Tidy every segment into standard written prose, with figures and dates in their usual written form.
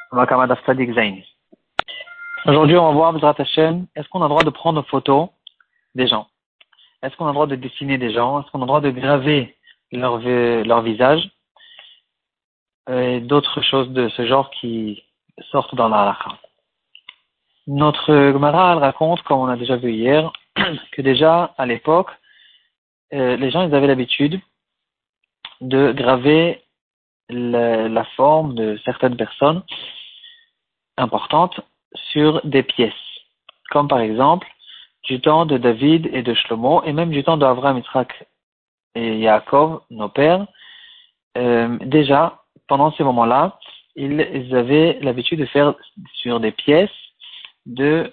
Aujourd'hui, on va voir, Bezrat Hashem, est-ce qu'on a le droit de prendre photo des gens? Est-ce qu'on a le droit de dessiner des gens? Est-ce qu'on a le droit de graver leur visage? Et d'autres choses de ce genre qui sortent dans la halakha. Notre Gemara, elle raconte, comme on a déjà vu hier, que déjà, à l'époque, les gens, ils avaient l'habitude de graver la forme de certaines personnes importantes sur des pièces. Comme par exemple, du temps de David et de Shlomo, et même du temps d'Avraham, Yitzhak et Yaakov, nos pères, déjà, pendant ces moments-là, ils avaient l'habitude de faire sur des pièces de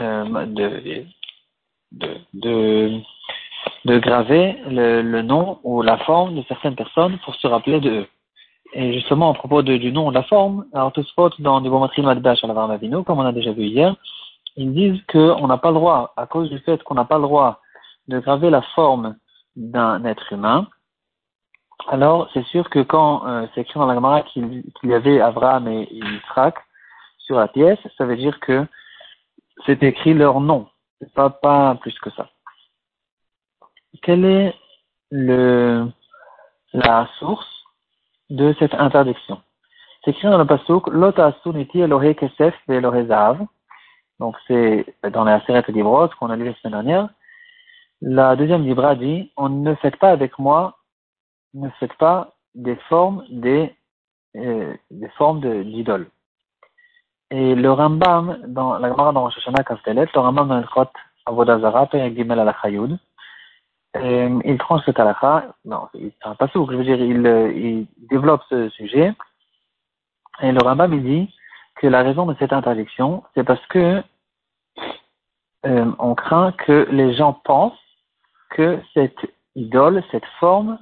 graver le nom ou la forme de certaines personnes pour se rappeler d'eux. Et justement, à propos du nom ou de la forme, alors tout ce dans du Bomatri Madba sur la Varmavino, comme on a déjà vu hier, ils disent qu'on n'a pas le droit, à cause du fait qu'on n'a pas le droit de graver la forme d'un être humain. Alors, c'est sûr que quand c'est écrit dans la Gemara qu'il y avait Abraham et Yitzhak sur la pièce, ça veut dire que c'est écrit leur nom. C'est pas plus que ça. Quelle est la source de cette interdiction? C'est écrit dans le pasuk Lot asu niti Elohei kesef ve Elohei zahav. Donc c'est dans la Aseret Dibrot qu'on a lu la semaine dernière. La deuxième Dibra dit on ne faites pas avec moi, ne faites pas des formes d'idoles. Et le Rambam dans la Gemara dans Rosh Hashanah Kaftelet, le Rambam dans le Chot Avodah Zarah Perek Gimel Halakha Yud, il tranche cette halakha, non, c'est un pasuk, je veux dire, il développe ce sujet, et le Rambam il dit que la raison de cette interdiction, c'est parce que on craint que les gens pensent que cette idole, cette forme,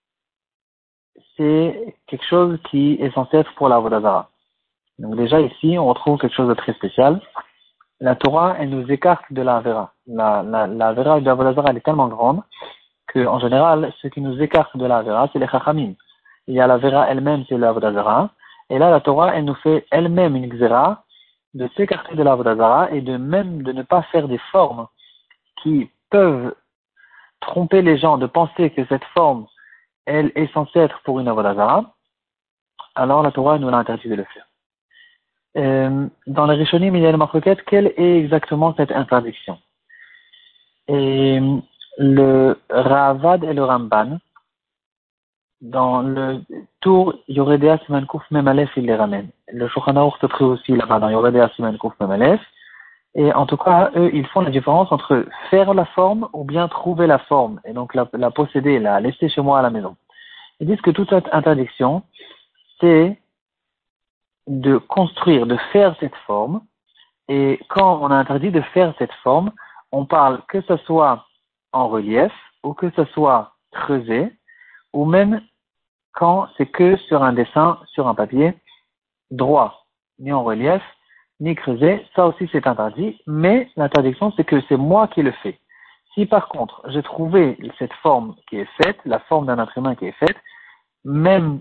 c'est quelque chose qui est censé être pour la Avodah Zarah. Donc déjà ici, on retrouve quelque chose de très spécial. La Torah, elle nous écarte de la Avera. La Avera de la Avodah Zarah, elle est tellement grande que, en général, ce qui nous écarte de la Avera, c'est les Chachamim. Il y a la Avera elle-même, c'est la Avodah Zarah. Et là, la Torah, elle nous fait elle-même une Xéra de s'écarter de la Avodah Zarah et de ne pas faire des formes qui peuvent tromper les gens de penser que cette forme, elle est censée être pour une Avodah Zarah. Alors la Torah nous l'a interdit de le faire. Dans les Rishonim, il y a une marquette, quelle est exactement cette interdiction? Et le Ravad et le Ramban, dans le tour Yoredea Siman Kouf Memalef, il les ramènent. Le Shulchan Aruch se trouve aussi là-bas dans Yoredea Siman Kouf Memalef. Et en tout cas, eux, ils font la différence entre faire la forme ou bien trouver la forme. Et donc la posséder, la laisser chez moi à la maison. Ils disent que toute cette interdiction, c'est de construire, de faire cette forme. Et quand on a interdit de faire cette forme, on parle que ce soit en relief ou que ce soit creusé, ou même quand c'est que sur un dessin, sur un papier droit, ni en relief, ni creusé, ça aussi c'est interdit, mais l'interdiction c'est que c'est moi qui le fais. Si par contre j'ai trouvé cette forme qui est faite, la forme d'un être humain qui est faite, même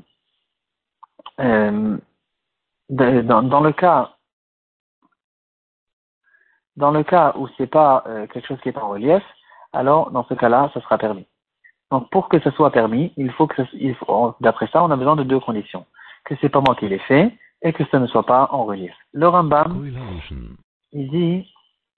dans le cas où c'est pas quelque chose qui est en relief, alors dans ce cas-là, ça sera permis. Donc pour que ce soit permis, d'après ça, on a besoin de deux conditions. Que c'est pas moi qui l'ai fait et que ça ne soit pas en relief. Le Rambam, il dit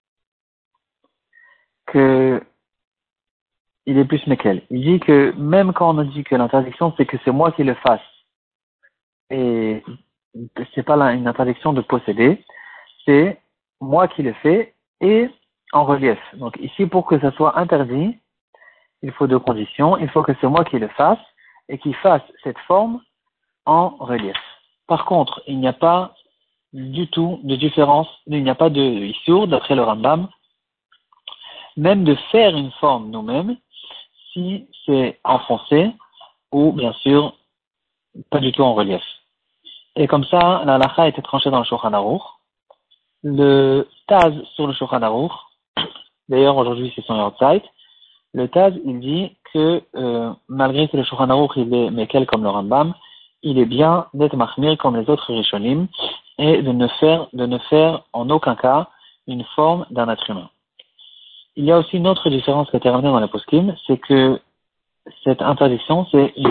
que il est plus méquel. Il dit que même quand on a dit que l'interdiction c'est que c'est moi qui le fasse et que c'est pas une interdiction de posséder, c'est moi qui le fais et en relief. Donc ici, pour que ça soit interdit, il faut deux conditions. Il faut que c'est moi qui le fasse et qu'il fasse cette forme en relief. Par contre, il n'y a pas du tout de différence, il n'y a pas de issour, d'après le Rambam, même de faire une forme nous-mêmes, si c'est enfoncé ou, bien sûr, pas du tout en relief. Et comme ça, la halakha a été tranchée dans le Shulchan Aruch. Le Taz sur le Shulchan Aruch, d'ailleurs aujourd'hui c'est son Yortzeit, le Taz il dit que malgré que le Shulchan Aruch il est Mekel comme le Rambam, il est bien d'être Mahmir comme les autres Rishonim, et de ne faire en aucun cas une forme d'un être humain. Il y a aussi une autre différence qui a été ramenée dans la poskim, c'est que cette interdiction,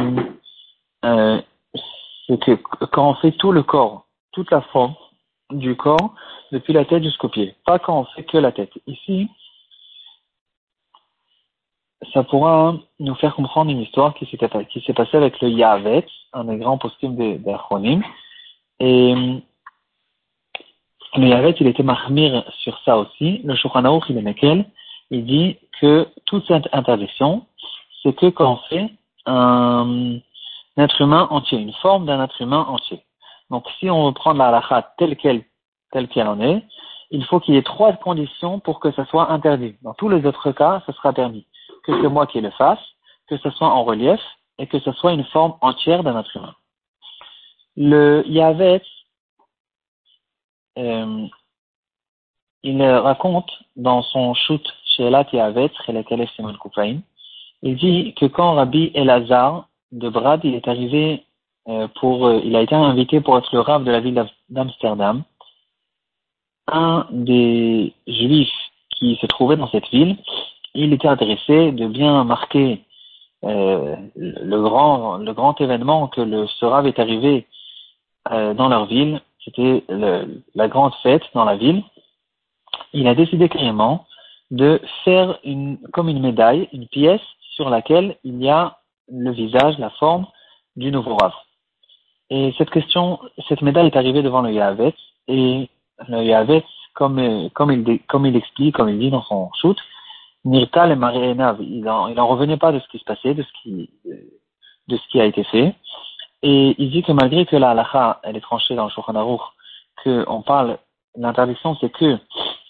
c'est que quand on fait tout le corps, toute la forme du corps, depuis la tête jusqu'aux pieds, pas quand on fait que la tête. Ici, ça pourra nous faire comprendre une histoire qui s'est passée avec le Yahavet, un des grands poskim d'Achronim, et le Yahavet, il était mahmir sur ça aussi. Le Shulchan Aruch, il est Mekel, il dit que toute cette interdiction, c'est que quand on fait un être humain entier, une forme d'un être humain entier. Donc, si on veut prendre la halakha telle qu'elle en est, il faut qu'il y ait 3 conditions pour que ça soit interdit. Dans tous les autres cas, ça sera permis. Que c'est moi qui le fasse, que ce soit en relief, et que ce soit une forme entière d'un être humain. Le Yahavet, il raconte dans son shoot chez Elat Yahavet, il dit que quand Rabbi Elazar de Brad, il est arrivé il a été invité pour être le rav de la ville d'Amsterdam. Un des juifs qui se trouvait dans cette ville, il était intéressé de bien marquer le grand événement que ce rav est arrivé dans leur ville. C'était la grande fête dans la ville. Il a décidé carrément de faire comme une médaille, une pièce sur laquelle il y a le visage, la forme du nouveau rav. Et cette médaille est arrivée devant le Yahavet, et le Yahavet, comme il explique, comme il dit dans son shoot, Nirta le Marienav, il en revenait pas de ce qui se passait, de ce qui a été fait. Et il dit que malgré que la halakha, elle est tranchée dans le Shulchan Aruch, l'interdiction c'est que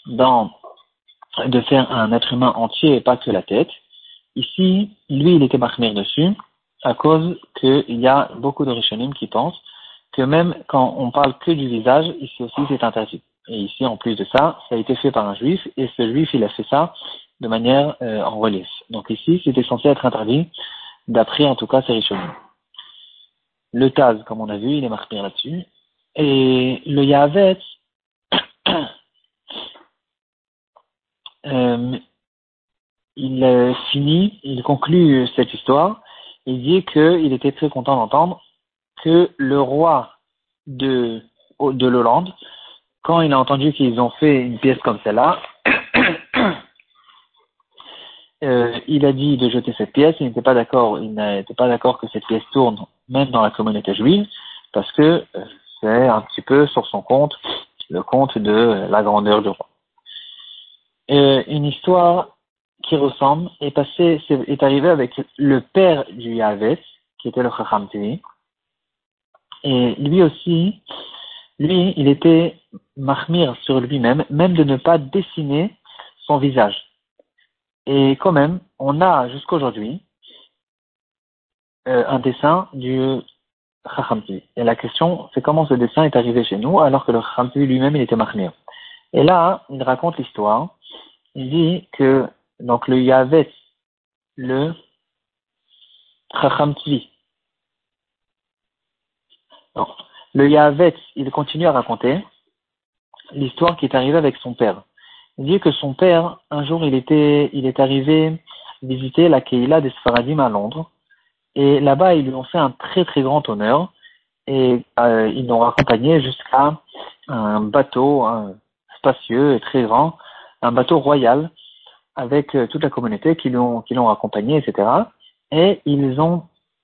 de faire un être humain entier et pas que la tête. Ici, lui, il était mahmir dessus, à cause qu'il y a beaucoup de Rishonim qui pensent que même quand on parle que du visage, ici aussi c'est interdit. Et ici, en plus de ça, ça a été fait par un juif, et ce juif, il a fait ça de manière en relief. Donc ici, c'était censé être interdit, d'après en tout cas ces Rishonim. Le Taz, comme on a vu, il est mahmir là-dessus. Et le Yahavet, il conclut cette histoire. Il dit qu'il était très content d'entendre que le roi de l'Hollande, quand il a entendu qu'ils ont fait une pièce comme celle-là, il a dit de jeter cette pièce. Il n'était pas d'accord que cette pièce tourne même dans la communauté juive, parce que c'est un petit peu sur son compte, le compte de la grandeur du roi. Une histoire qui ressemble est arrivée avec le père du Yahavet, qui était le Chacham Tzvi. Et lui aussi, il était mahmir sur lui-même, même de ne pas dessiner son visage. Et quand même, on a jusqu'aujourd'hui un dessin du Chacham Tzvi. Et la question, c'est comment ce dessin est arrivé chez nous, alors que le Chacham Tzvi lui-même, il était mahmir. Et là, il raconte l'histoire. Il dit que donc le Yahavet, le Chacham Tzvi. Le Yahavet, il continue à raconter l'histoire qui est arrivée avec son père. Il dit que son père, un jour, il est arrivé visiter la Keila des Sfaradim à Londres. Et là-bas, ils lui ont fait un très très grand honneur. Et ils l'ont accompagné jusqu'à un bateau spacieux et très grand, un bateau royal, avec toute la communauté qui l'ont accompagné, etc. Et ils ont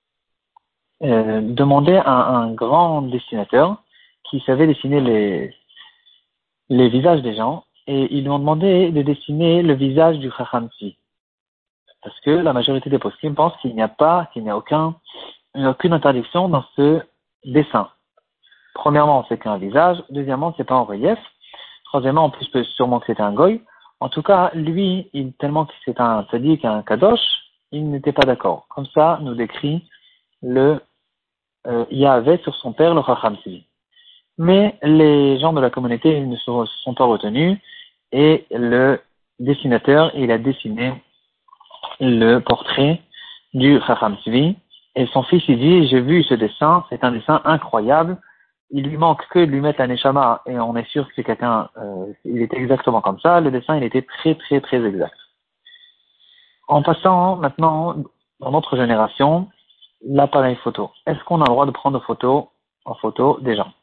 demandé à un grand dessinateur qui savait dessiner les visages des gens, et ils lui ont demandé de dessiner le visage du Chacham Tzvi. Parce que la majorité des poskim pensent qu'il n'y a aucune interdiction dans ce dessin. Premièrement, c'est qu'un visage. Deuxièmement, c'est pas en relief. Troisièmement, en plus, peut sûrement que c'était un goy. En tout cas, lui, tellement que c'est un tzaddik, un kadosh, il n'était pas d'accord. Comme ça, nous décrit le Yahavet sur son père, le Chacham Tzvi. Mais les gens de la communauté ne se sont pas retenus, et le dessinateur, il a dessiné le portrait du Chacham Tzvi, et son fils, il dit, j'ai vu ce dessin, c'est un dessin incroyable, il lui manque que de lui mettre un neshama et on est sûr que c'est quelqu'un, il était exactement comme ça, le dessin il était très très très exact. En passant maintenant dans notre génération, l'appareil photo. Est-ce qu'on a le droit de prendre en photo des gens?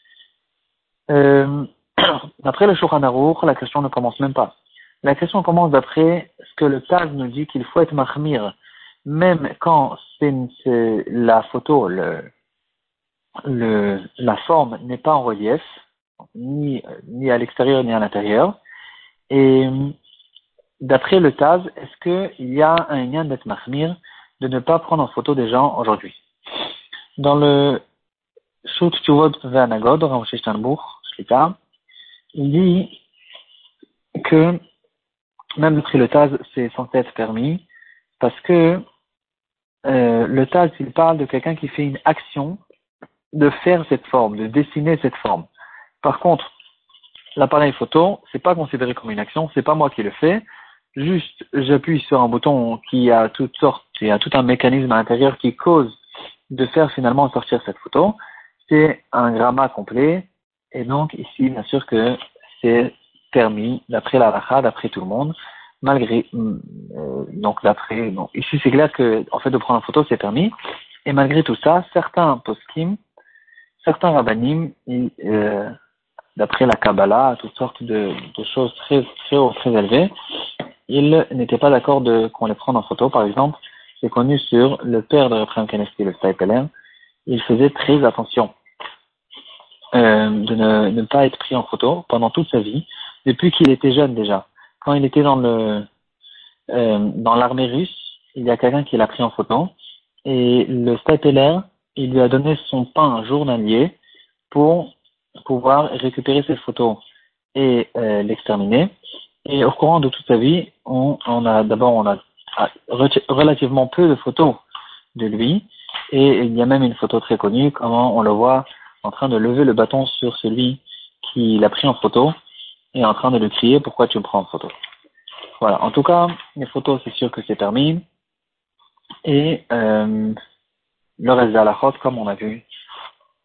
Euh, D'après le Shulchan Aruch, la question ne commence même pas. La question commence d'après ce que le Taz nous dit qu'il faut être mahmir, même quand c'est la photo, la forme n'est pas en relief, ni à l'extérieur ni à l'intérieur. Et d'après le Taz, est-ce qu'il y a un lien d'être mahmir de ne pas prendre en photo des gens aujourd'hui? Dans le Shut Tuvot Ve'anagod, Rav Shishtanbourg, il dit que même d'après le Taz, c'est censé être permis, parce que le Taz, il parle de quelqu'un qui fait une action de faire cette forme, de dessiner cette forme. Par contre, l'appareil photo, c'est pas considéré comme une action, c'est pas moi qui le fais. Juste, j'appuie sur un bouton qui a toutes sortes, il y a tout un mécanisme à l'intérieur qui cause de faire finalement sortir cette photo. C'est un grammat complet, et donc ici, bien sûr que c'est permis d'après la halakha, d'après tout le monde, malgré donc d'après donc ici c'est clair que en fait de prendre en photo c'est permis, et malgré tout ça, certains poskim, certains rabbanim, d'après la Kabbalah, toutes sortes de choses très très hautes, très élevées, ils n'étaient pas d'accord qu'on les prenne en photo. Par exemple, c'est connu sur le père de Raphaël Kaneski, le Staipeler, il faisait très attention de ne pas être pris en photo pendant toute sa vie, depuis qu'il était jeune déjà. Quand il était dans l'armée russe, il y a quelqu'un qui l'a pris en photo, et le Staipeler, il lui a donné son pain journalier pour pouvoir récupérer cette photo et l'exterminer. Et au courant de toute sa vie, on a relativement peu de photos de lui, et il y a même une photo très connue, comment on le voit en train de lever le bâton sur celui qui l'a pris en photo et en train de lui crier pourquoi tu me prends en photo. Voilà. En tout cas, les photos, c'est sûr que c'est permis, et le reste de la halachot, comme on a vu